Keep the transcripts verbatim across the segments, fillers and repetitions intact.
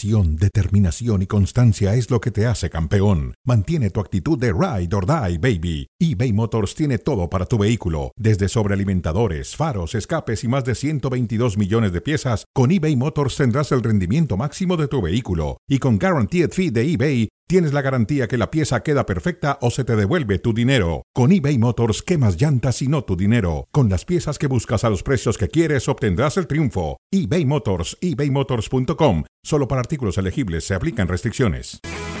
Pasión, determinación y constancia es lo que te hace campeón. Mantiene tu actitud de ride or die, baby. eBay Motors tiene todo para tu vehículo, desde sobrealimentadores, faros, escapes y más de ciento veintidós millones de piezas. Con eBay Motors tendrás el rendimiento máximo de tu vehículo. Y con Guaranteed Fee de eBay, tienes la garantía que la pieza queda perfecta o se te devuelve tu dinero. Con eBay Motors, quemas llantas y no tu dinero. Con las piezas que buscas a los precios que quieres, obtendrás el triunfo. eBay Motors, ebay motors punto com. Solo para artículos elegibles se aplican restricciones.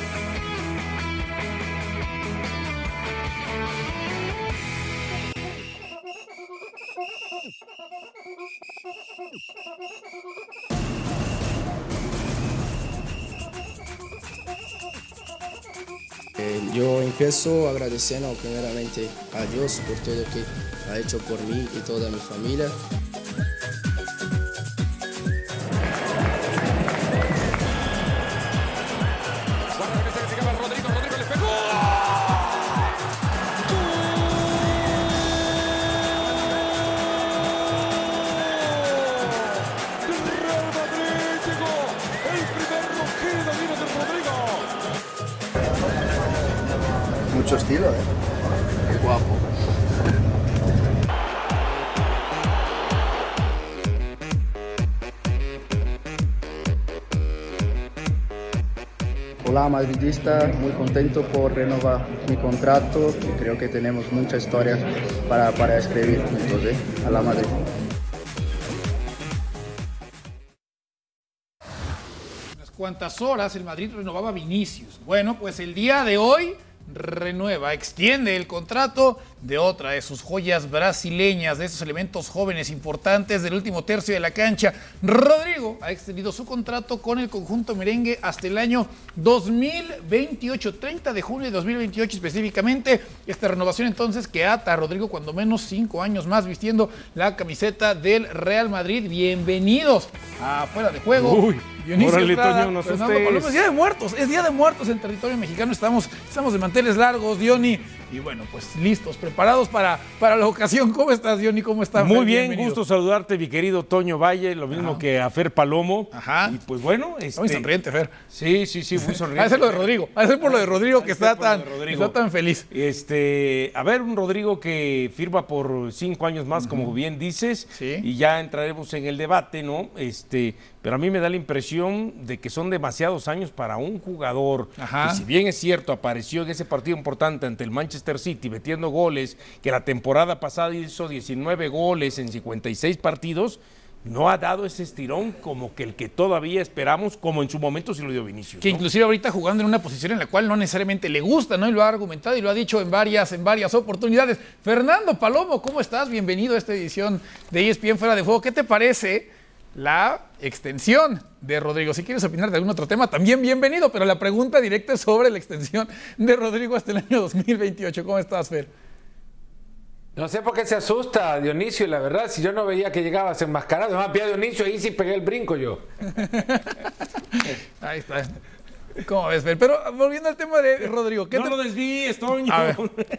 Eh, yo empiezo agradeciendo primeramente a Dios por todo lo que ha hecho por mí y toda mi familia. Mucho estilo, ¿eh? Qué guapo. Hola madridista, muy contento por renovar mi contrato y creo que tenemos mucha historia para, para escribir juntos, ¿eh? A la Madrid. Unas cuantas horas el Madrid renovaba a Vinicius. Bueno, pues el día de hoy renueva, extiende el contrato de otra de sus joyas brasileñas, de esos elementos jóvenes importantes del último tercio de la cancha. Rodrigo ha extendido su contrato con el conjunto merengue hasta el año dos mil veintiocho, treinta de junio de dos mil veintiocho específicamente. Esta renovación entonces que ata a Rodrigo cuando menos cinco años más vistiendo la camiseta del Real Madrid. Bienvenidos a Fuera de Juego. Uy, Dionisio órale, Estrada, Toño, no Fernando asustes. Palomo. Es Día de Muertos, es Día de Muertos en territorio mexicano. Estamos, estamos de manteles largos, Diony. Y bueno, pues listos, preparados para, para la ocasión. ¿Cómo estás, Diony? ¿Cómo estás? Muy bien, Bienvenido. gusto saludarte, mi querido Toño Valle, lo mismo Ajá. que a Fer Palomo. Ajá. Y pues bueno, este... Muy sonriente, Fer. Sí, sí, sí, muy sonriente. Ha de ser lo de Rodrigo. Ha de ser por lo de Rodrigo Ha que de está ser por lo tan, de Rodrigo. está tan feliz. Este, a ver, un Rodrigo que firma por cinco años más, uh-huh. como bien dices, sí. Y ya entraremos en el debate, ¿no? Este, pero a mí me da la impresión de que son demasiados años para un jugador. Ajá. Y si bien es cierto, apareció en ese partido importante ante el Manchester City metiendo goles, que la temporada pasada hizo diecinueve goles en cincuenta y seis partidos, no ha dado ese estirón como que el que todavía esperamos, como en su momento sí lo dio Vinicius, Que ¿no? inclusive ahorita jugando en una posición en la cual no necesariamente le gusta, ¿no? Y lo ha argumentado y lo ha dicho en varias, en varias oportunidades. Fernando Palomo, ¿cómo estás? Bienvenido a esta edición de E S P N Fuera de Juego. ¿Qué te parece la extensión de Rodrigo? Si quieres opinar de algún otro tema, también bienvenido, pero la pregunta directa es sobre la extensión de Rodrigo hasta el año dos mil veintiocho. ¿Cómo estás, Fer? No sé por qué se asusta Dionisio, la verdad, si yo no veía que llegabas enmascarado. Además, vi a Dionisio ahí sí pegué el brinco yo. Ahí está. ¿Cómo ves, Fer? Pero volviendo al tema de Rodrigo, ¿qué no te... lo desvíes, Toño. A ver.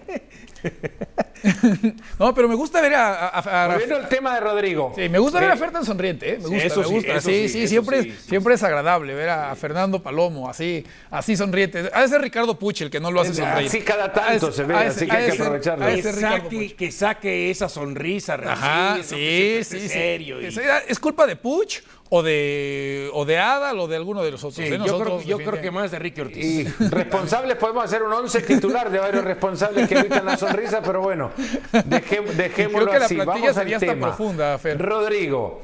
No, pero me gusta ver a... a, a, a... Volviendo al tema de Rodrigo. Sí, me gusta ver a Fer tan sonriente, ¿eh? Me Sí, gusta, eso me sí, gusta. eso Sí, sí, sí, eso siempre, sí, sí, siempre es agradable ver a Fernando Palomo así, así sonriente. Ha de ser Ricardo Puch el que no lo hace sonreír. Así cada tanto se ve, así que hay que aprovecharlo. Que saque, que saque esa sonrisa. Ajá, ¿no? sí, Que sí, sí. serio y... ¿Es, ¿Es culpa de Puch o de, o de Adal o de alguno de los otros? Sí, ¿eh? yo, Nosotros, creo, yo creo que más de Ricky Ortiz. Y responsables, podemos hacer un once titular de varios responsables que evitan la sonrisa, pero bueno, deje, dejémoslo creo que así. la plantilla Vamos sería al hasta tema. profunda, Fer. Rodrigo,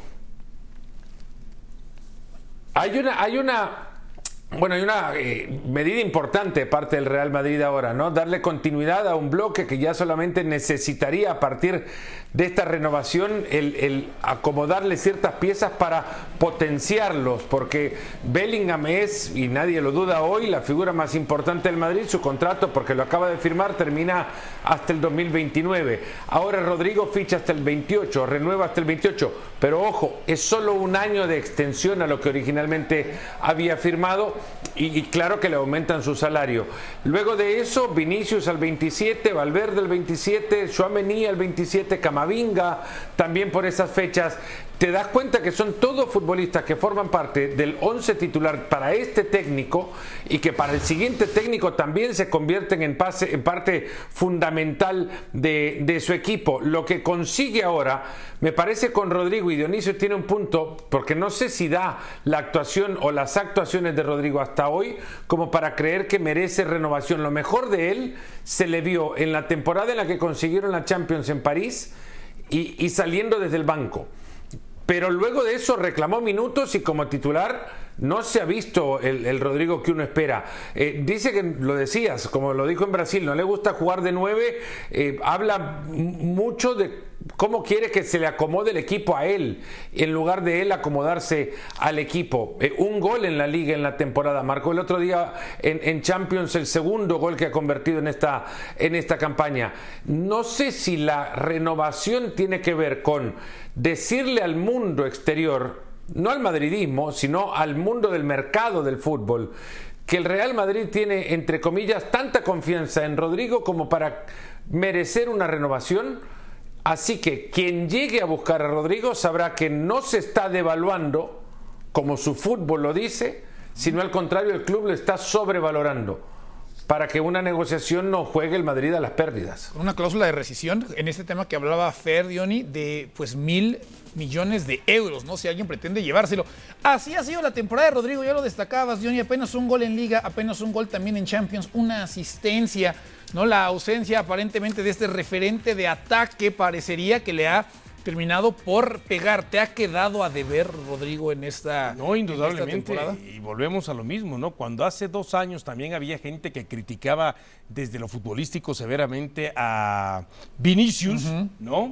hay una, hay una, bueno, hay una eh, medida importante de parte del Real Madrid ahora, ¿no? Darle continuidad a un bloque que ya solamente necesitaría a partir de esta renovación el, el acomodarle ciertas piezas para potenciarlos, porque Bellingham es, y nadie lo duda hoy, la figura más importante del Madrid. Su contrato, porque lo acaba de firmar, termina hasta el dos mil veintinueve. Ahora Rodrigo ficha hasta el veintiocho, renueva hasta el veintiocho, pero ojo, es solo un año de extensión a lo que originalmente había firmado, y, y claro que le aumentan su salario. Luego de eso, Vinicius al veintisiete, Valverde al veintisiete, Tchouaméni al veintisiete, Camavinga también por esas fechas. te das cuenta que son todos futbolistas que forman parte del once titular para este técnico y que para el siguiente técnico también se convierten en, pase, en parte fundamental de, de su equipo. Lo que consigue ahora, me parece, con Rodrigo, y Dionisio tiene un punto, porque no sé si da la actuación o las actuaciones de Rodrigo hasta hoy como para creer que merece renovación. Lo mejor de él se le vio en la temporada en la que consiguieron la Champions en París y, y saliendo desde el banco. Pero luego de eso reclamó minutos y como titular no se ha visto el, el Rodrigo que uno espera. Eh, dice que, lo decías, como lo dijo en Brasil, no le gusta jugar de nueve, eh, habla mucho de cómo quiere que se le acomode el equipo a él, en lugar de él acomodarse al equipo. Eh, un gol en la liga en la temporada, marcó el otro día en, en Champions el segundo gol que ha convertido en esta, en esta campaña. No sé si la renovación tiene que ver con decirle al mundo exterior, no al madridismo, sino al mundo del mercado del fútbol, que el Real Madrid tiene, entre comillas, tanta confianza en Rodrigo como para merecer una renovación. Así que quien llegue a buscar a Rodrigo sabrá que no se está devaluando, como su fútbol lo dice, sino al contrario, el club le está sobrevalorando, para que una negociación no juegue el Madrid a las pérdidas. Una cláusula de rescisión en este tema que hablaba Fer, Diony, de pues mil millones de euros, ¿no? Si alguien pretende llevárselo. Así ha sido la temporada de Rodrigo, ya lo destacabas, Diony, apenas un gol en Liga, apenas un gol también en Champions, una asistencia, ¿no? La ausencia aparentemente de este referente de ataque parecería que le ha terminado por pegar. ¿Te ha quedado a deber, Rodrigo, en esta No, indudablemente, en esta temporada? Y volvemos a lo mismo, ¿no? Cuando hace dos años también había gente que criticaba desde lo futbolístico severamente a Vinicius, uh-huh. ¿no?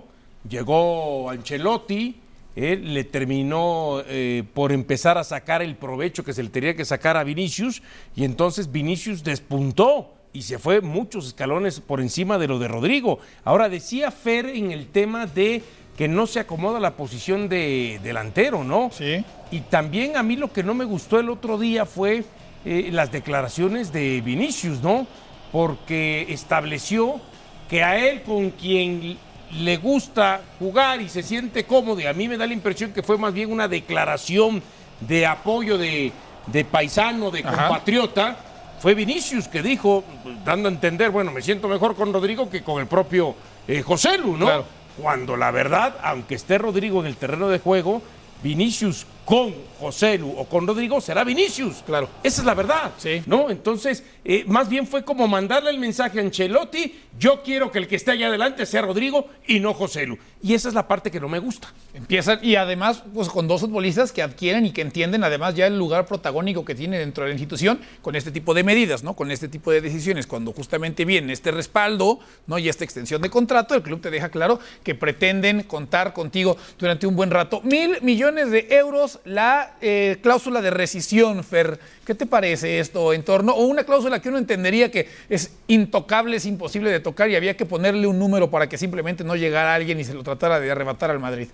Llegó Ancelotti, él le terminó eh, por empezar a sacar el provecho que se le tenía que sacar a Vinicius, y entonces Vinicius despuntó y se fue muchos escalones por encima de lo de Rodrigo. Ahora, decía Fer en el tema de que no se acomoda la posición de delantero, ¿no? Sí. Y también a mí lo que no me gustó el otro día fue eh, las declaraciones de Vinicius, ¿no? Porque estableció que a él, con quien le gusta jugar y se siente cómodo, y a mí me da la impresión que fue más bien una declaración de apoyo de, de paisano, de Ajá. compatriota, fue Vinicius que dijo, dando a entender, bueno, me siento mejor con Rodrigo que con el propio eh, Joselu, ¿no? Claro. Cuando la verdad, aunque esté Rodrigo en el terreno de juego, Vinicius con Joselu o con Rodrigo será Vinicius. Claro. Esa es la verdad. Sí. ¿No? Entonces, eh, más bien fue como mandarle el mensaje a Ancelotti, yo quiero que el que esté allá adelante sea Rodrigo y no Joselu. Y esa es la parte que no me gusta. Empiezan, y además, pues con dos futbolistas que adquieren y que entienden además ya el lugar protagónico que tiene dentro de la institución con este tipo de medidas, ¿no? Con este tipo de decisiones. Cuando justamente viene este respaldo, ¿no? Y esta extensión de contrato, el club te deja claro que pretenden contar contigo durante un buen rato. Mil millones de euros la eh, cláusula de rescisión, Fer. ¿Qué te parece esto en torno? O una cláusula que uno entendería que es intocable, es imposible de tocar y había que ponerle un número para que simplemente no llegara alguien y se lo tratara de arrebatar al Madrid.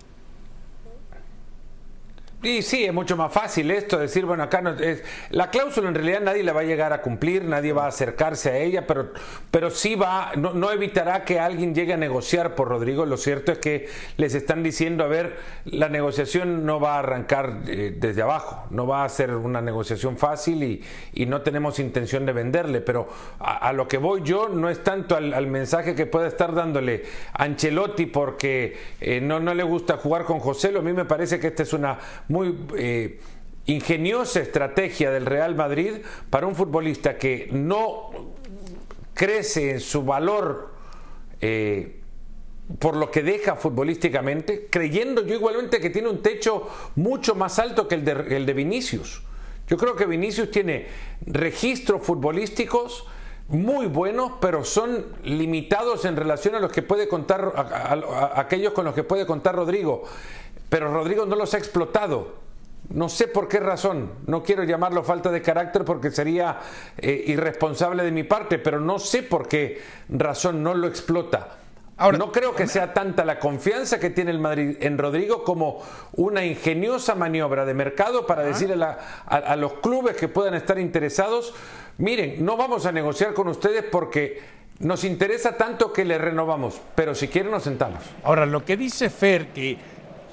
Y sí, es mucho más fácil esto, decir, bueno, acá no, es, la cláusula en realidad nadie la va a llegar a cumplir, nadie va a acercarse a ella, pero, pero sí va, no, no evitará que alguien llegue a negociar por Rodrigo. Lo cierto es que les están diciendo, a ver, la negociación no va a arrancar eh, desde abajo, no va a ser una negociación fácil y, y no tenemos intención de venderle, pero a, a lo que voy yo no es tanto al, al mensaje que pueda estar dándole Ancelotti porque eh, no, no le gusta jugar con Joselu. A mí me parece que esta es una muy eh, ingeniosa estrategia del Real Madrid para un futbolista que no crece en su valor eh, por lo que deja futbolísticamente, creyendo yo igualmente que tiene un techo mucho más alto que el de, el de Vinicius. Yo creo que Vinicius tiene registros futbolísticos muy buenos, pero son limitados en relación a los que puede contar a, a, a aquellos con los que puede contar Rodrigo. Pero Rodrigo no los ha explotado. No sé por qué razón. No quiero llamarlo falta de carácter porque sería eh, irresponsable de mi parte, pero no sé por qué razón no lo explota. Ahora, no creo que sea tanta la confianza que tiene el Madrid en Rodrigo como una ingeniosa maniobra de mercado para decirle a, la, a, a los clubes que puedan estar interesados, miren, no vamos a negociar con ustedes porque nos interesa tanto que le renovamos, pero si quieren nos sentamos. Ahora, lo que dice Fer, que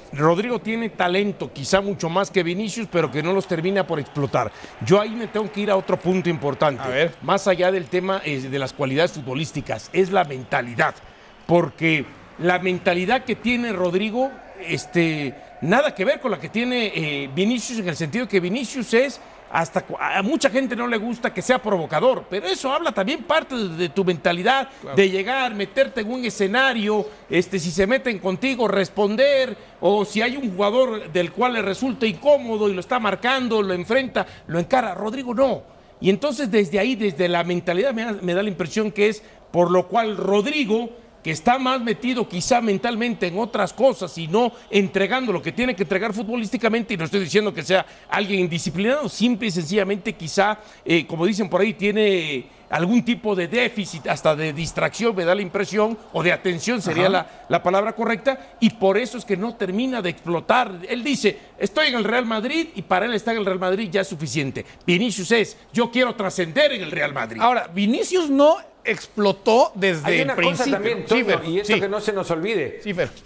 Rodrigo tiene talento, quizá mucho más que Vinicius, pero que no los termina por explotar. Yo ahí me tengo que ir a otro punto importante. A ver. Más allá del tema eh, de las cualidades futbolísticas, es la mentalidad. Porque la mentalidad que tiene Rodrigo, este, nada que ver con la que tiene eh, Vinicius, en el sentido que Vinicius es... Hasta a mucha gente no le gusta que sea provocador, pero eso habla también parte de, de tu mentalidad, claro. De llegar, meterte en un escenario, este, si se meten contigo, responder, o si hay un jugador del cual le resulta incómodo y lo está marcando, lo enfrenta, lo encara. Rodrigo no. Y entonces desde ahí, desde la mentalidad, me da, me da la impresión que es por lo cual Rodrigo, que está más metido quizá mentalmente en otras cosas y no entregando lo que tiene que entregar futbolísticamente, y no estoy diciendo que sea alguien indisciplinado, simple y sencillamente quizá, eh, como dicen por ahí, tiene algún tipo de déficit, hasta de distracción, me da la impresión, o de atención sería la, la palabra correcta, y por eso es que no termina de explotar. Él dice, estoy en el Real Madrid, y para él estar en el Real Madrid ya es suficiente. Vinicius es, yo quiero trascender en el Real Madrid. Ahora, Vinicius no explotó desde Hay una el principio. Cosa también, Toño, sí, Fer, y esto sí. que no se nos olvide. Sí, Fer.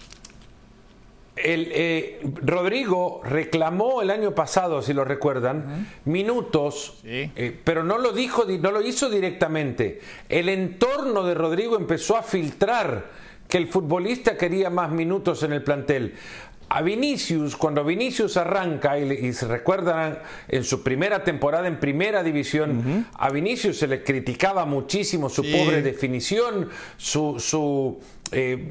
El, eh, Rodrigo reclamó el año pasado, si lo recuerdan, uh-huh. minutos, sí. eh, pero no lo dijo, no lo hizo directamente. El entorno de Rodrigo empezó a filtrar que el futbolista quería más minutos en el plantel. A Vinicius, cuando Vinicius arranca, y, y se recuerdan en su primera temporada en primera división, uh-huh. a Vinicius se le criticaba muchísimo su sí. pobre definición, su, su eh,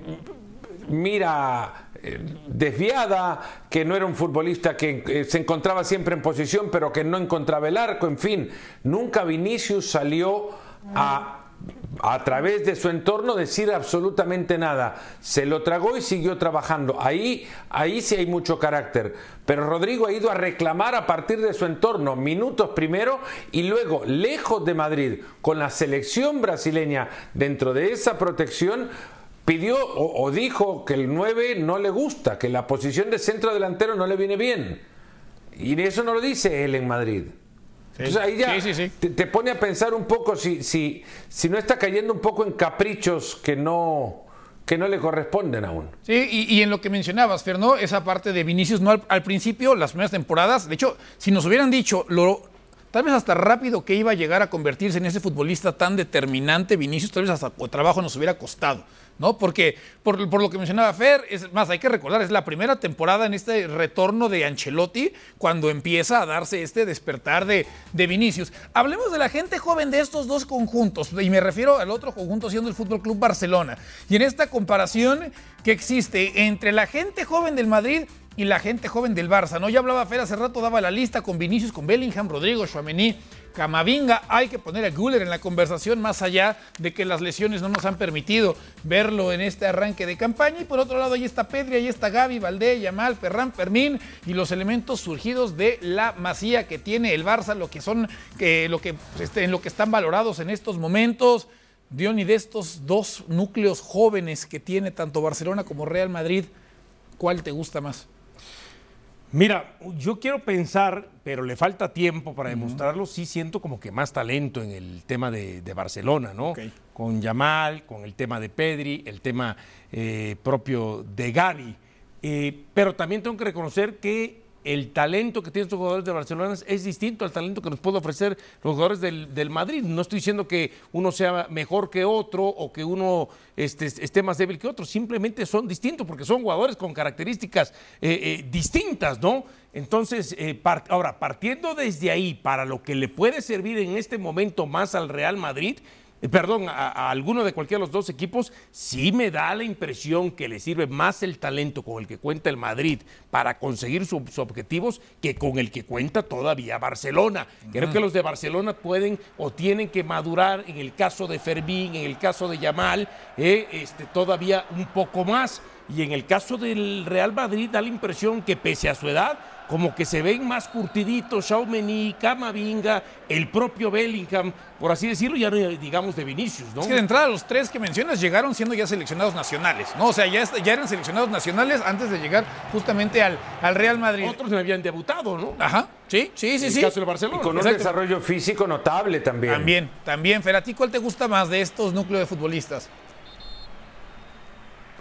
mira eh, desviada, que no era un futbolista que eh, se encontraba siempre en posición, pero que no encontraba el arco, en fin, nunca Vinicius salió a... a través de su entorno decir absolutamente nada. Se lo tragó y siguió trabajando. Ahí, ahí sí hay mucho carácter. Pero Rodrigo ha ido a reclamar a partir de su entorno, minutos primero, y luego, lejos de Madrid, con la selección brasileña dentro de esa protección, pidió o, o dijo que el nueve no le gusta, que la posición de centro delantero no le viene bien. Y eso no lo dice él en Madrid. Sí. Entonces ahí ya sí, sí, sí. Te, te pone a pensar un poco si, si, si no está cayendo un poco en caprichos que no, que no le corresponden aún. Sí, y, y en lo que mencionabas, Fer, ¿no? Esa parte de Vinicius, no al, al principio, las primeras temporadas, de hecho, si nos hubieran dicho lo, tal vez hasta rápido que iba a llegar a convertirse en ese futbolista tan determinante, Vinicius, tal vez hasta trabajo nos hubiera costado, ¿no? Porque, por, por lo que mencionaba Fer, es más, hay que recordar, es la primera temporada en este retorno de Ancelotti cuando empieza a darse este despertar de, de Vinicius. Hablemos de la gente joven de estos dos conjuntos, y me refiero al otro conjunto siendo el Fútbol Club Barcelona. Y en esta comparación que existe entre la gente joven del Madrid y la gente joven del Barça, ¿no? Ya hablaba Fer hace rato, daba la lista con Vinicius, con Bellingham, Rodrigo, Tchouaméni, Camavinga. Hay que poner a Güler en la conversación, más allá de que las lesiones no nos han permitido verlo en este arranque de campaña. Y por otro lado, ahí está Pedri, ahí está Gavi, Valdé, Yamal, Ferran, Fermín y los elementos surgidos de la masía que tiene el Barça, lo que son, que, lo que, este, en lo que están valorados en estos momentos. Diony, de estos dos núcleos jóvenes que tiene tanto Barcelona como Real Madrid, ¿cuál te gusta más? Mira, yo quiero pensar, pero le falta tiempo para demostrarlo, sí siento como que más talento en el tema de, de Barcelona, ¿no? Okay. Con Yamal, con el tema de Pedri, el tema eh, propio de Gavi. Eh, pero también tengo que reconocer que el talento que tienen estos jugadores de Barcelona es distinto al talento que nos puede ofrecer los jugadores del, del Madrid. No estoy diciendo que uno sea mejor que otro o que uno este, esté más débil que otro, simplemente son distintos porque son jugadores con características eh, eh, distintas, ¿no? Entonces, eh, part, ahora, partiendo desde ahí para lo que le puede servir en este momento más al Real Madrid, perdón, a, a alguno de cualquiera de los dos equipos, sí me da la impresión que le sirve más el talento con el que cuenta el Madrid para conseguir sus, sus objetivos que con el que cuenta todavía Barcelona. Creo uh-huh. que los de Barcelona pueden o tienen que madurar, en el caso de Fermín, en el caso de Yamal, eh, este, todavía un poco más. Y en el caso del Real Madrid da la impresión que pese a su edad, como que se ven más curtiditos, Tchouaméni, Camavinga, el propio Bellingham, por así decirlo, ya no digamos de Vinicius, ¿no? Es que de entrada los tres que mencionas llegaron siendo ya seleccionados nacionales, ¿no? O sea, ya, ya eran seleccionados nacionales antes de llegar justamente al, al Real Madrid. Otros no habían debutado, ¿no? Ajá, sí, sí, sí. En sí. el caso de Barcelona. Y con Exacto. un desarrollo físico notable también. También, también. Fer, ¿a ti cuál te gusta más de estos núcleos de futbolistas?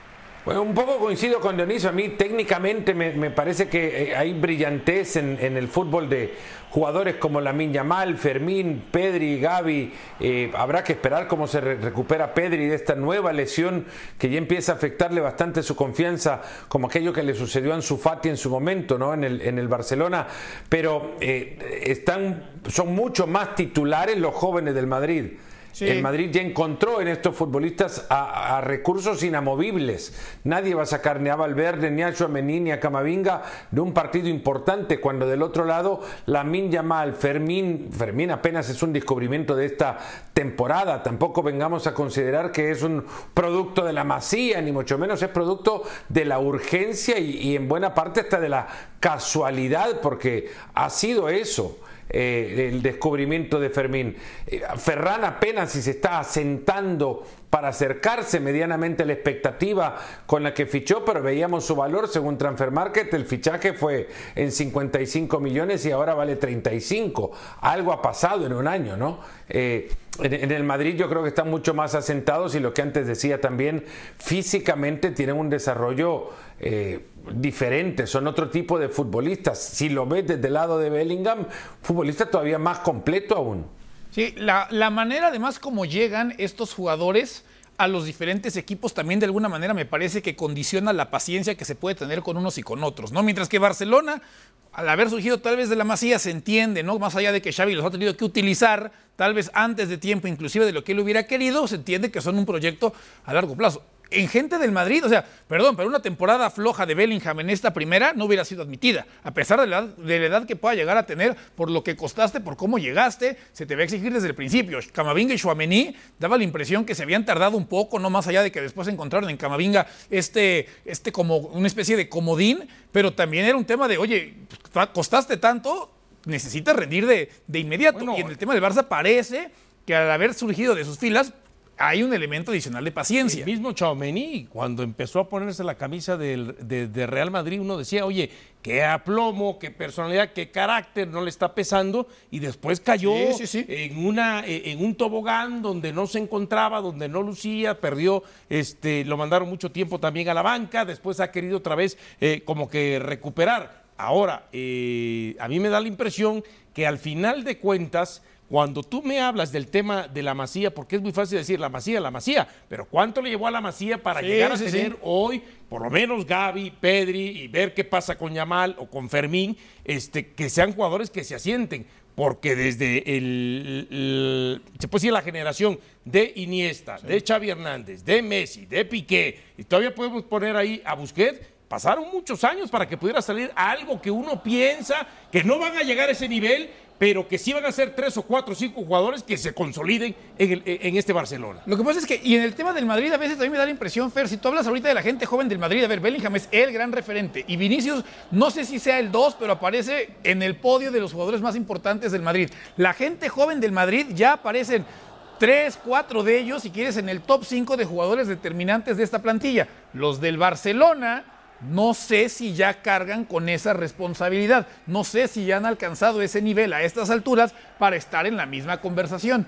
Bueno, un poco coincido con Dionisio. A mí técnicamente me, me parece que hay brillantez en, en el fútbol de jugadores como Lamine Yamal, Fermín, Pedri, Gavi. Eh, habrá que esperar cómo se re recupera Pedri de esta nueva lesión que ya empieza a afectarle bastante su confianza, como aquello que le sucedió a Ansu Fati en su momento, ¿no? en, el, en el Barcelona. Pero eh, están, son mucho más titulares los jóvenes del Madrid. Sí. El Madrid ya encontró en estos futbolistas a, a recursos inamovibles. Nadie va a sacar ni a Valverde, ni a Tchouaméni, ni a Camavinga de un partido importante, cuando del otro lado Lamine Yamal, Fermín, Fermín apenas es un descubrimiento de esta temporada. Tampoco vengamos a considerar que es un producto de la Masía, ni mucho menos, es producto de la urgencia y, y en buena parte hasta de la casualidad, porque ha sido eso. Eh, el descubrimiento de Fermín. Eh, Ferran apenas si se está asentando para acercarse medianamente a la expectativa con la que fichó, pero veíamos su valor según Transfermarkt. El fichaje fue en cincuenta y cinco millones y ahora vale treinta y cinco. Algo ha pasado en un año, ¿no? Eh, en, en el Madrid yo creo que están mucho más asentados, y lo que antes decía también, físicamente tienen un desarrollo eh, diferente, son otro tipo de futbolistas. Si lo ves desde el lado de Bellingham, futbolista todavía más completo aún. Sí, la, la manera además como llegan estos jugadores a los diferentes equipos también de alguna manera me parece que condiciona la paciencia que se puede tener con unos y con otros, ¿no? Mientras que Barcelona, al haber surgido tal vez de la Masía, se entiende, ¿no? Más allá de que Xavi los ha tenido que utilizar, tal vez antes de tiempo, inclusive de lo que él hubiera querido, se entiende que son un proyecto a largo plazo. En gente del Madrid, o sea, perdón, pero una temporada floja de Bellingham en esta primera no hubiera sido admitida, a pesar de la, edad, de la edad que pueda llegar a tener, por lo que costaste, por cómo llegaste, se te va a exigir desde el principio. Camavinga y Tchouaméni daba la impresión que se habían tardado un poco, no más allá de que después encontraron en Camavinga este, este como una especie de comodín, pero también era un tema de, oye, costaste tanto, necesitas rendir de, de inmediato. Bueno, y en el tema del Barça parece que al haber surgido de sus filas, hay un elemento adicional de paciencia. El mismo Tchouaméni, cuando empezó a ponerse la camisa del, de, de Real Madrid, uno decía, oye, qué aplomo, qué personalidad, qué carácter, no le está pesando, y después cayó sí, sí, sí. En, una, en un tobogán donde no se encontraba, donde no lucía, perdió, este, lo mandaron mucho tiempo también a la banca, después ha querido otra vez eh, como que recuperar. Ahora, eh, a mí me da la impresión que al final de cuentas, cuando tú me hablas del tema de la Masía, porque es muy fácil decir la Masía, la Masía, pero ¿cuánto le llevó a la Masía para sí, llegar a sí, tener sí. hoy, por lo menos Gavi, Pedri, y ver qué pasa con Yamal o con Fermín, este, que sean jugadores que se asienten? Porque desde el, el se puede decir la generación de Iniesta, sí. de Xavi Hernández, de Messi, de Piqué, y todavía podemos poner ahí a Busquets, pasaron muchos años para que pudiera salir algo que uno piensa que no van a llegar a ese nivel, pero que sí van a ser tres o cuatro o cinco jugadores que se consoliden en, el, en este Barcelona. Lo que pasa es que, y en el tema del Madrid a veces también me da la impresión, Fer, si tú hablas ahorita de la gente joven del Madrid, a ver, Bellingham es el gran referente, y Vinicius, no sé si sea el dos, pero aparece en el podio de los jugadores más importantes del Madrid. La gente joven del Madrid ya aparecen tres, cuatro de ellos, si quieres, en el top cinco de jugadores determinantes de esta plantilla. Los del Barcelona, no sé si ya cargan con esa responsabilidad, no sé si ya han alcanzado ese nivel a estas alturas para estar en la misma conversación.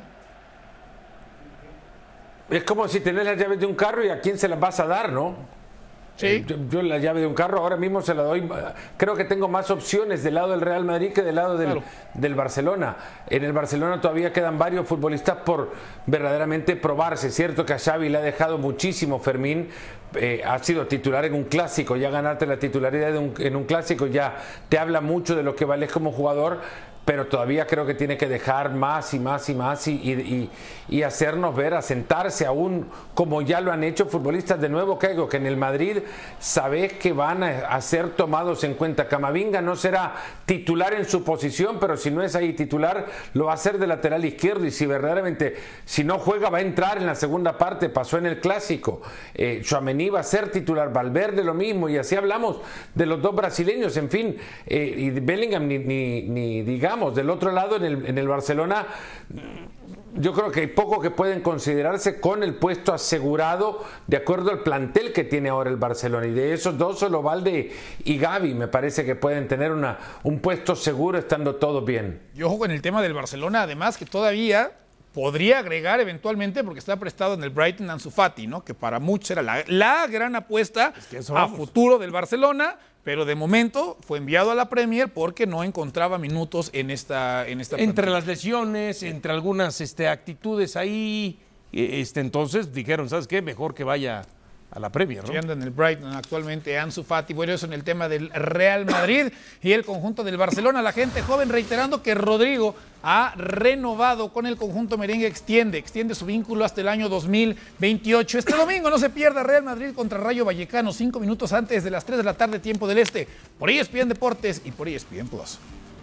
Es como si tenés las llaves de un carro y a quién se las vas a dar, ¿no? Sí. Yo, yo la llave de un carro ahora mismo se la doy, creo que tengo más opciones del lado del Real Madrid que del lado del, claro. del Barcelona. En el Barcelona todavía quedan varios futbolistas por verdaderamente probarse. Es cierto que a Xavi le ha dejado muchísimo Fermín, eh, ha sido titular en un clásico, ya ganarte la titularidad de un, en un clásico ya te habla mucho de lo que vales como jugador, pero todavía creo que tiene que dejar más y más y más y, y, y hacernos ver, asentarse aún como ya lo han hecho futbolistas de nuevo, que que en el Madrid sabés que van a, a ser tomados en cuenta. Camavinga no será titular en su posición, pero si no es ahí titular, lo va a hacer de lateral izquierdo, y si verdaderamente, si no juega, va a entrar en la segunda parte, pasó en el clásico. eh, Tchouaméni va a ser titular, Valverde lo mismo, y así hablamos de los dos brasileños, en fin, eh, y Bellingham ni, ni, ni digamos. Del otro lado, en el, en el Barcelona, yo creo que hay poco que pueden considerarse con el puesto asegurado de acuerdo al plantel que tiene ahora el Barcelona, y de esos dos solo Valde y Gavi me parece que pueden tener una, un puesto seguro estando todos bien. Yo ojo con el tema del Barcelona, además que todavía podría agregar eventualmente, porque está prestado en el Brighton, Ansu Fati, ¿no? Que para muchos era la, la gran apuesta es que a futuro del Barcelona, pero de momento fue enviado a la Premier porque no encontraba minutos en esta en esta Entre plantilla. Las lesiones, entre algunas este, actitudes ahí, este, entonces dijeron, ¿sabes qué? Mejor que vaya a la Premier, ¿no? Sí, anda en el Brighton actualmente Ansu Fati. Bueno, eso en el tema del Real Madrid y el conjunto del Barcelona. La gente joven reiterando que Rodrigo ha renovado con el conjunto merengue, extiende, extiende su vínculo hasta el año dos mil veintiocho. Este domingo no se pierda Real Madrid contra Rayo Vallecano, cinco minutos antes de las tres de la tarde, tiempo del Este, por E S P N Deportes y por E S P N Plus.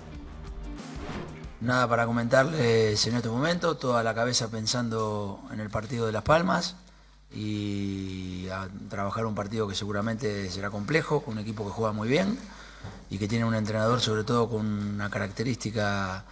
Nada para comentarles en este momento, toda la cabeza pensando en el partido de Las Palmas y a trabajar un partido que seguramente será complejo, con un equipo que juega muy bien y que tiene un entrenador sobre todo con una característica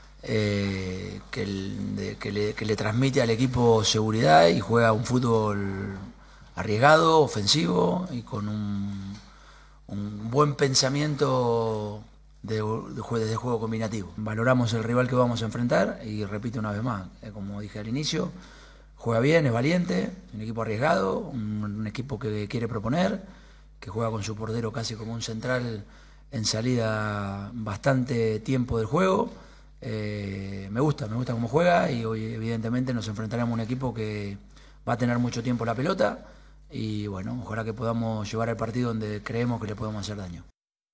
eh, que, el, de, que, le, que le transmite al equipo seguridad y juega un fútbol arriesgado, ofensivo y con un, un buen pensamiento de, de, juego, de juego combinativo. Valoramos el rival que vamos a enfrentar y repito una vez más, eh, como dije al inicio, juega bien, es valiente, un equipo arriesgado, un, un equipo que quiere proponer, que juega con su portero casi como un central en salida bastante tiempo del juego. Eh, me gusta, me gusta cómo juega y hoy evidentemente nos enfrentaremos a un equipo que va a tener mucho tiempo la pelota y bueno, ojalá que podamos llevar el partido donde creemos que le podemos hacer daño.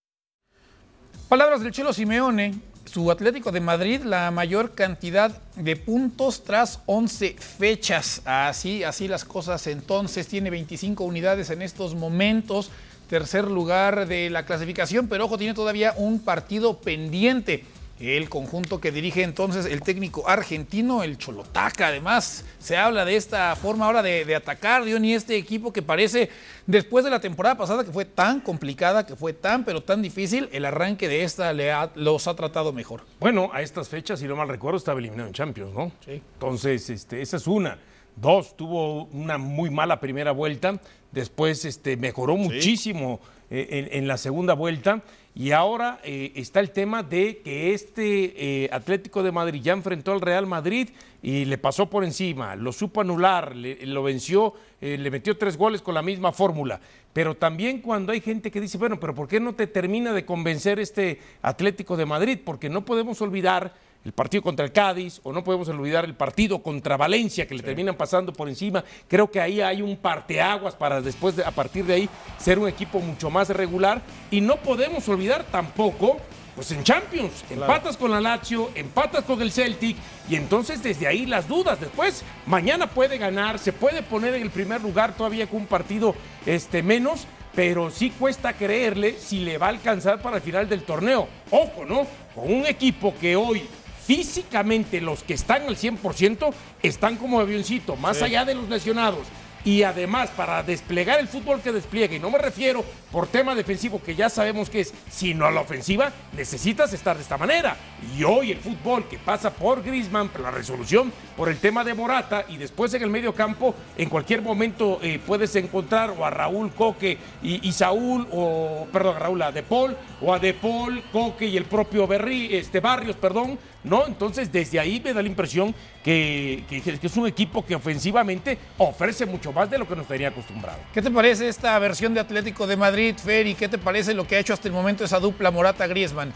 Palabras del Cholo Simeone. Su Atlético de Madrid, la mayor cantidad de puntos tras once fechas. Así, así las cosas entonces. Tiene veinticinco unidades en estos momentos. Tercer lugar de la clasificación, pero ojo, tiene todavía un partido pendiente. El conjunto que dirige entonces el técnico argentino, el Cholotaca. Además, se habla de esta forma ahora de, de atacar, Diony, este equipo que parece, después de la temporada pasada que fue tan complicada, que fue tan pero tan difícil, el arranque de esta le ha, los ha tratado mejor. Bueno, a estas fechas, si no mal recuerdo, estaba eliminado en Champions, ¿no? Sí. Entonces, este, esa es una. Dos, tuvo una muy mala primera vuelta, después este, mejoró sí. muchísimo eh, en, en la segunda vuelta. Y ahora eh, está el tema de que este eh, Atlético de Madrid ya enfrentó al Real Madrid y le pasó por encima, lo supo anular, le, lo venció, eh, le metió tres goles con la misma fórmula. Pero también cuando hay gente que dice, bueno, pero ¿por qué no te termina de convencer este Atlético de Madrid? Porque no podemos olvidar el partido contra el Cádiz, o no podemos olvidar el partido contra Valencia, que le sí. terminan pasando por encima. Creo que ahí hay un parteaguas para después, de, a partir de ahí, ser un equipo mucho más regular. Y no podemos olvidar tampoco, pues en Champions, claro. empatas con la Lazio, empatas con el Celtic, y entonces desde ahí las dudas. Después, mañana puede ganar, se puede poner en el primer lugar todavía con un partido este, menos, pero sí cuesta creerle si le va a alcanzar para el final del torneo. Ojo, ¿no? Con un equipo que hoy físicamente los que están al cien por ciento están como avioncito, más sí. allá de los lesionados. Y además, para desplegar el fútbol que despliegue, y no me refiero por tema defensivo, que ya sabemos que es, sino a la ofensiva, necesitas estar de esta manera. Y hoy el fútbol que pasa por Griezmann, la resolución por el tema de Morata, y después en el medio campo, en cualquier momento eh, puedes encontrar o a Raúl, Coque y, y Saúl, o perdón, a Raúl, a De Paul, o a De Paul, Coque y el propio Berri, este, Barrios, perdón, ¿no? Entonces, desde ahí me da la impresión que, que, que es un equipo que ofensivamente ofrece mucho más de lo que nos tenía acostumbrado. ¿Qué te parece esta versión de Atlético de Madrid, Fer? ¿Y qué te parece lo que ha hecho hasta el momento esa dupla Morata-Griezmann?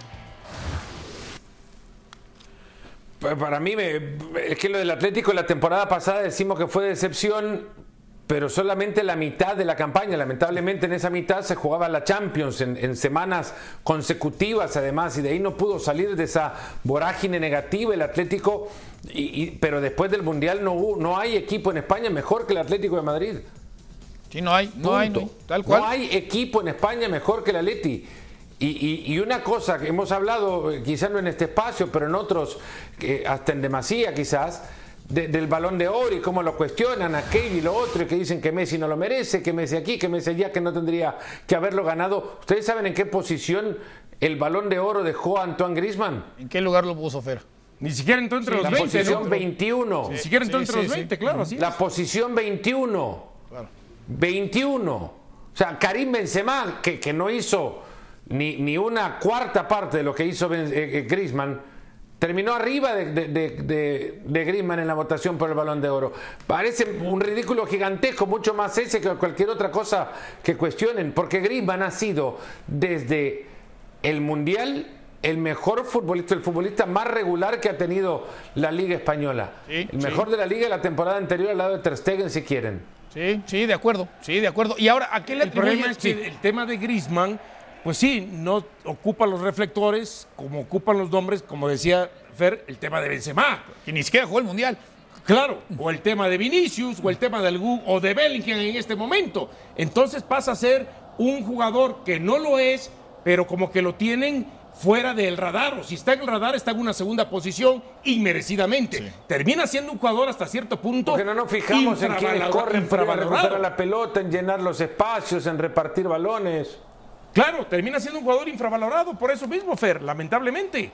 Para mí, me, es que lo del Atlético la temporada pasada decimos que fue decepción, pero solamente la mitad de la campaña. Lamentablemente en esa mitad se jugaba la Champions en, en semanas consecutivas además, y de ahí no pudo salir de esa vorágine negativa el Atlético, y, y, pero después del Mundial no, hubo, no hay equipo en España mejor que el Atlético de Madrid. Sí, no hay, no hay, no, tal cual. No hay equipo en España mejor que el Atleti. Y, y, y una cosa que hemos hablado, quizás no en este espacio, pero en otros, que hasta en demasía quizás, de, del Balón de Oro y cómo lo cuestionan aquello y lo otro, y que dicen que Messi no lo merece, que Messi aquí, que Messi allá, que no tendría que haberlo ganado. ¿Ustedes saben en qué posición el Balón de Oro dejó a Antoine Griezmann? ¿En qué lugar lo puso, Fer? Ni siquiera entró entre sí, los la veinte. Posición ¿no? veintiuno. Sí, Ni siquiera entró sí, entre sí, los veinte, sí. claro. Así la es. posición veintiuno. Claro. veintiuno. O sea, Karim Benzema, que, que no hizo ni, ni una cuarta parte de lo que hizo ben, eh, Griezmann, Terminó arriba de, de, de, de, de Griezmann en la votación por el Balón de Oro. Parece un ridículo gigantesco, mucho más ese que cualquier otra cosa que cuestionen, porque Griezmann ha sido desde el Mundial el mejor futbolista, el futbolista más regular que ha tenido la Liga Española. Sí, el mejor sí. de la Liga de la temporada anterior al lado de Ter Stegen, si quieren. Sí, sí, de acuerdo, sí, de acuerdo. Y ahora, ¿a qué le atribuye? El problema es que sí. el tema de Griezmann, pues sí, no ocupa los reflectores como ocupan los nombres, como decía Fer, el tema de Benzema. Que ni siquiera jugó el Mundial. Claro, o el tema de Vinicius, o el tema de algún, o de Bellingham en este momento. Entonces pasa a ser un jugador que no lo es, pero como que lo tienen fuera del radar, o si está en el radar está en una segunda posición inmerecidamente. Sí. Termina siendo un jugador hasta cierto punto. Porque no nos fijamos en quienes corren para recuperar la pelota, en llenar los espacios, en repartir balones. Claro, termina siendo un jugador infravalorado por eso mismo, Fer, lamentablemente.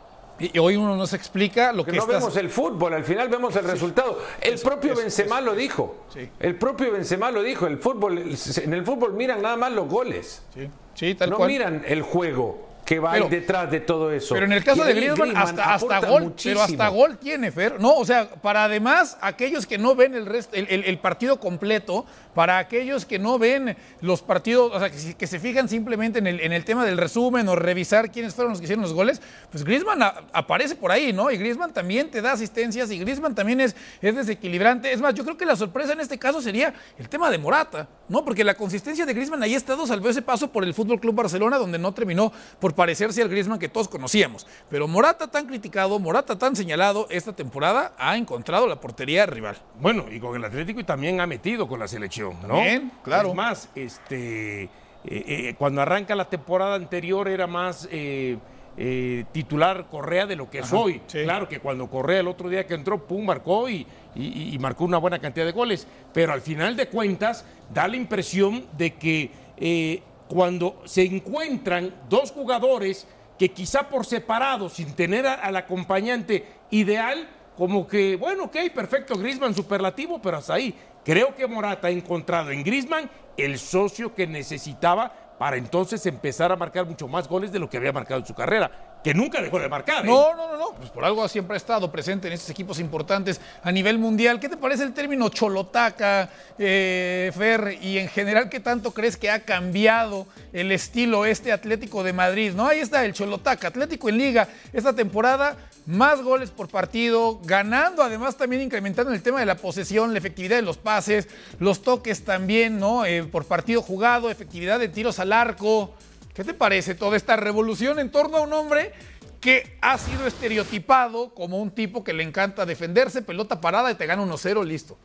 Y hoy uno nos explica lo que, que no estás... vemos el fútbol, al final vemos el sí. resultado. El eso, propio eso, Benzema eso, lo dijo. Sí. El propio Benzema lo dijo. El fútbol, en el fútbol miran nada más los goles. Sí. Sí, tal no cual. miran el juego que va pero, detrás de todo eso. Pero en el caso de Griezmann, Griezmann hasta, hasta gol, muchísimo. pero hasta gol tiene, Fer. No, o sea, para además aquellos que no ven el, resto, el, el, el partido completo, para aquellos que no ven los partidos, o sea, que, que se fijan simplemente en el, en el tema del resumen o revisar quiénes fueron los que hicieron los goles, pues Griezmann a, aparece por ahí, ¿no? Y Griezmann también te da asistencias y Griezmann también es, es desequilibrante. Es más, yo creo que la sorpresa en este caso sería el tema de Morata, ¿no? Porque la consistencia de Griezmann ahí ha estado, salvó ese paso por el Fútbol Club Barcelona, donde no terminó por parecerse al Griezmann que todos conocíamos. Pero Morata tan criticado, Morata tan señalado, esta temporada ha encontrado la portería rival. Bueno, y con el Atlético y también ha metido con la selección, ¿no? Bien, claro. Es más, este, eh, eh, cuando arranca la temporada anterior era más eh, eh, titular Correa de lo que es Ajá, hoy. Sí. Claro que cuando Correa el otro día que entró, pum, marcó y, y, y marcó una buena cantidad de goles. Pero al final de cuentas da la impresión de que eh, cuando se encuentran dos jugadores que quizá por separado, sin tener a, al acompañante ideal, como que, bueno, ok, perfecto, Griezmann superlativo, pero hasta ahí. Creo que Morata ha encontrado en Griezmann el socio que necesitaba para entonces empezar a marcar mucho más goles de lo que había marcado en su carrera, que nunca dejó de marcar. ¿eh? No, no, no, no, pues por algo siempre ha estado presente en estos equipos importantes a nivel mundial. ¿Qué te parece el término cholotaca, eh, Fer? Y en general, ¿qué tanto crees que ha cambiado el estilo este Atlético de Madrid? ¿No? Ahí está el cholotaca, Atlético en Liga, esta temporada, más goles por partido, ganando, además también incrementando el tema de la posesión, la efectividad de los pases, los toques también, ¿no? Eh, por partido jugado, efectividad de tiros al arco. ¿Qué te parece toda esta revolución en torno a un hombre que ha sido estereotipado como un tipo que le encanta defenderse, pelota parada y te gana uno cero, listo?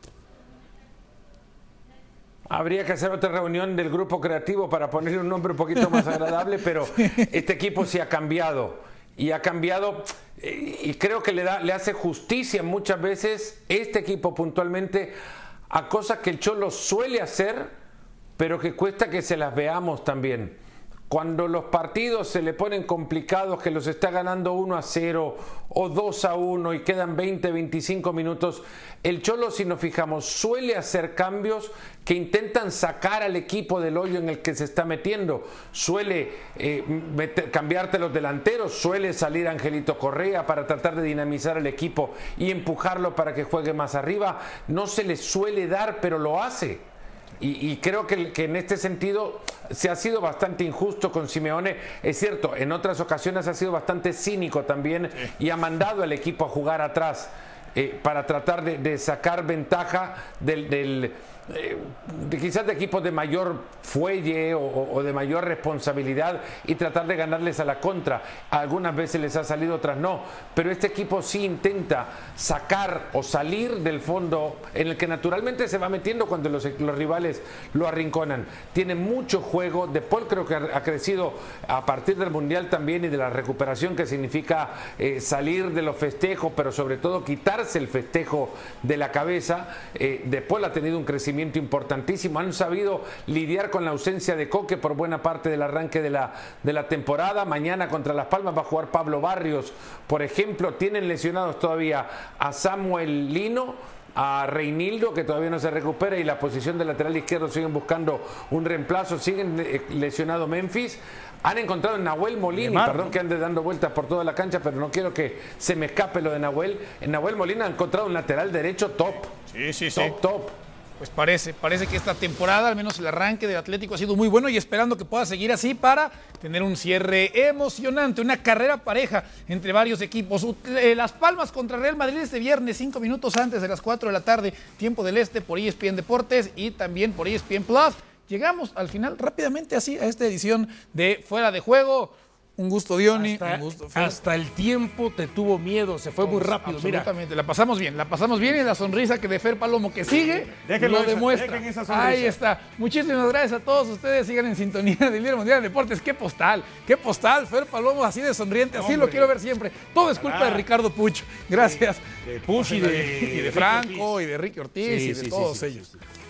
Habría que hacer otra reunión del grupo creativo para ponerle un nombre un poquito más agradable, pero este equipo sí ha cambiado. Y ha cambiado, y creo que le, da, le hace justicia muchas veces este equipo puntualmente a cosas que el Cholo suele hacer, pero que cuesta que se las veamos también. Cuando los partidos se le ponen complicados, que los está ganando uno a cero o dos a uno y quedan veinte, veinticinco minutos, el Cholo, si nos fijamos, suele hacer cambios que intentan sacar al equipo del hoyo en el que se está metiendo. Suele eh, meter, cambiarte los delanteros, suele salir Angelito Correa para tratar de dinamizar el equipo y empujarlo para que juegue más arriba. No se le suele dar, pero lo hace. Y, y creo que, que en este sentido se ha sido bastante injusto con Simeone. Es cierto, en otras ocasiones ha sido bastante cínico también y ha mandado al equipo a jugar atrás eh, para tratar de, de sacar ventaja del... del eh, de quizás de equipos de mayor fuelle o, o de mayor responsabilidad y tratar de ganarles a la contra. Algunas veces les ha salido, otras no, pero este equipo sí intenta sacar o salir del fondo en el que naturalmente se va metiendo cuando los, los rivales lo arrinconan. Tiene mucho juego. De Paul creo que ha, ha crecido a partir del Mundial también y de la recuperación que significa eh, salir de los festejos, pero sobre todo quitarse el festejo de la cabeza. eh, De Paul ha tenido un crecimiento importantísimo. Han sabido lidiar con la ausencia de Coque por buena parte del arranque de la, de la temporada. Mañana contra Las Palmas va a jugar Pablo Barrios, por ejemplo. Tienen lesionados todavía a Samuel Lino a Reinildo, que todavía no se recupera, y la posición de lateral izquierdo siguen buscando un reemplazo, siguen lesionado Memphis. Han encontrado en Nahuel Molina, Mar, perdón ¿no? que ande dando vueltas por toda la cancha, pero no quiero que se me escape lo de Nahuel. En Nahuel Molina ha encontrado un lateral derecho top. Sí, sí, sí. Top, top. Pues parece, parece que esta temporada, al menos el arranque del Atlético ha sido muy bueno y esperando que pueda seguir así para tener un cierre emocionante, una carrera pareja entre varios equipos. Las Palmas contra Real Madrid este viernes, cinco minutos antes de las cuatro de la tarde, tiempo del este por E S P N Deportes y también por E S P N Plus. Llegamos al final rápidamente así a esta edición de Fuera de Juego. Un gusto, Diony. Hasta, un gusto, Fer. hasta el tiempo te tuvo miedo, se fue muy rápido. Absolutamente, mira. La pasamos bien, la pasamos bien y la sonrisa que de Fer Palomo que sigue Déjenlo lo esa, demuestra. dejen esa sonrisa. Ahí está. Muchísimas gracias a todos ustedes, sigan en sintonía del Líder Mundial de Deportes. Qué postal, qué postal, Fer Palomo así de sonriente, así Hombre. lo quiero ver siempre. Todo es culpa Ojalá. de Ricardo Puch. Gracias. De Puch y de- y de Ricky Franco Ortiz. y de Ricky Ortiz Sí, y de sí, sí, todos sí, ellos. sí, sí.